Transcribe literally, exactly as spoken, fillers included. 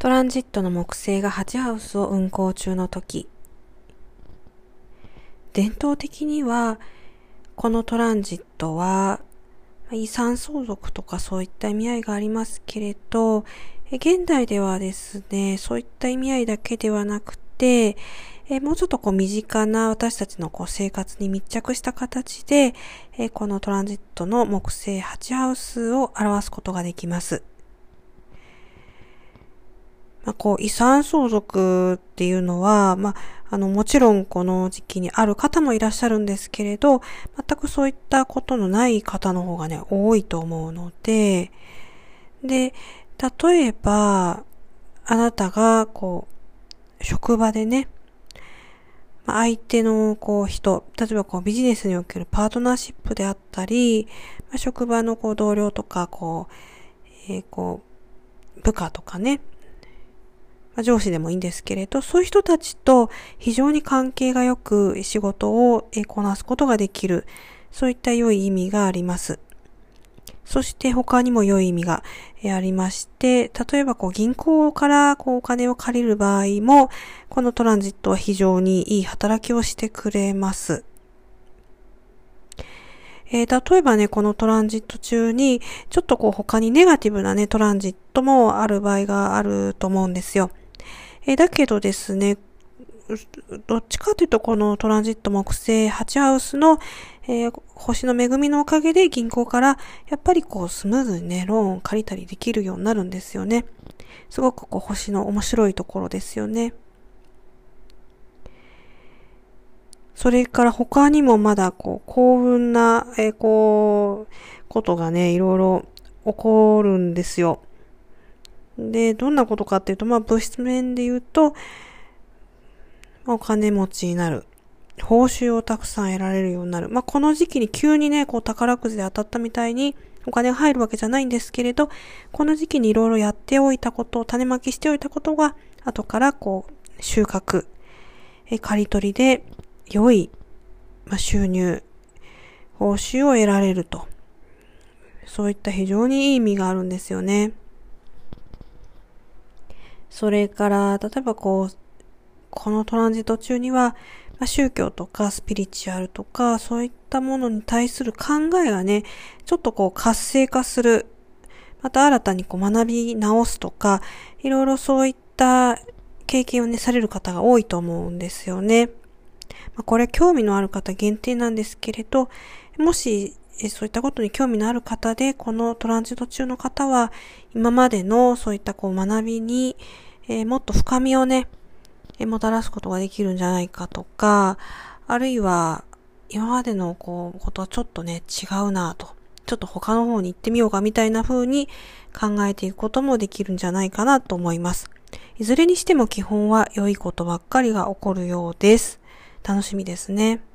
トランジットの木星がはちハウスを運行中の時、伝統的にはこのトランジットは遺産相続とかそういった意味合いがありますけれど、現代ではですね、そういった意味合いだけではなくて、えもうちょっとこう身近な私たちのこう生活に密着した形で、えこのトランジットの木星はちハウスを表すことができます。まあ、こう遺産相続っていうのは、まあ、あのもちろんこの時期にある方もいらっしゃるんですけれど、全くそういったことのない方の方がね多いと思うので、で例えばあなたがこう職場でね、相手のこう人、例えばこうビジネスにおけるパートナーシップであったり、まあ、職場のこう同僚とかこう、えー、こう部下とかね、まあ、上司でもいいんですけれど、そういう人たちと非常に関係がよく仕事をこなすことができる、そういった良い意味があります。そして他にも良い意味がありまして、例えばこう銀行からこうお金を借りる場合も、このトランジットは非常にいい働きをしてくれます。えー、例えばね、このトランジット中に、ちょっとこう他にネガティブなね、トランジットもある場合があると思うんですよ。えー、だけどですね、どっちかというとこのトランジット木星はちハウスの、えー、星の恵みのおかげで銀行からやっぱりこうスムーズにね、ローンを借りたりできるようになるんですよね。すごくこう星の面白いところですよね。それから他にもまだこう幸運な、えー、こう、ことがね、いろいろ起こるんですよ。で、どんなことかっていうと、まあ物質面で言うと、お金持ちになる。報酬をたくさん得られるようになる。まあこの時期に急にね、こう宝くじで当たったみたいにお金が入るわけじゃないんですけれど、この時期にいろいろやっておいたこと、種まきしておいたことが、後からこう、収穫、え刈り取りで良い、まあ、収入、報酬を得られると。そういった非常にいい意味があるんですよね。それから、例えばこう、このトランジット中には、まあ、宗教とかスピリチュアルとか、そういったものに対する考えがね、ちょっとこう活性化する。また新たにこう学び直すとか、いろいろそういった経験をね、される方が多いと思うんですよね。まあ、これ興味のある方限定なんですけれど、もしそういったことに興味のある方で、このトランジット中の方は、今までのそういったこう学びに、えー、もっと深みをね、えー、もたらすことができるんじゃないかとか、あるいは、今までのこう、ことはちょっとね、違うなと。ちょっと他の方に行ってみようかみたいな風に考えていくこともできるんじゃないかなと思います。いずれにしても基本は良いことばっかりが起こるようです。楽しみですね。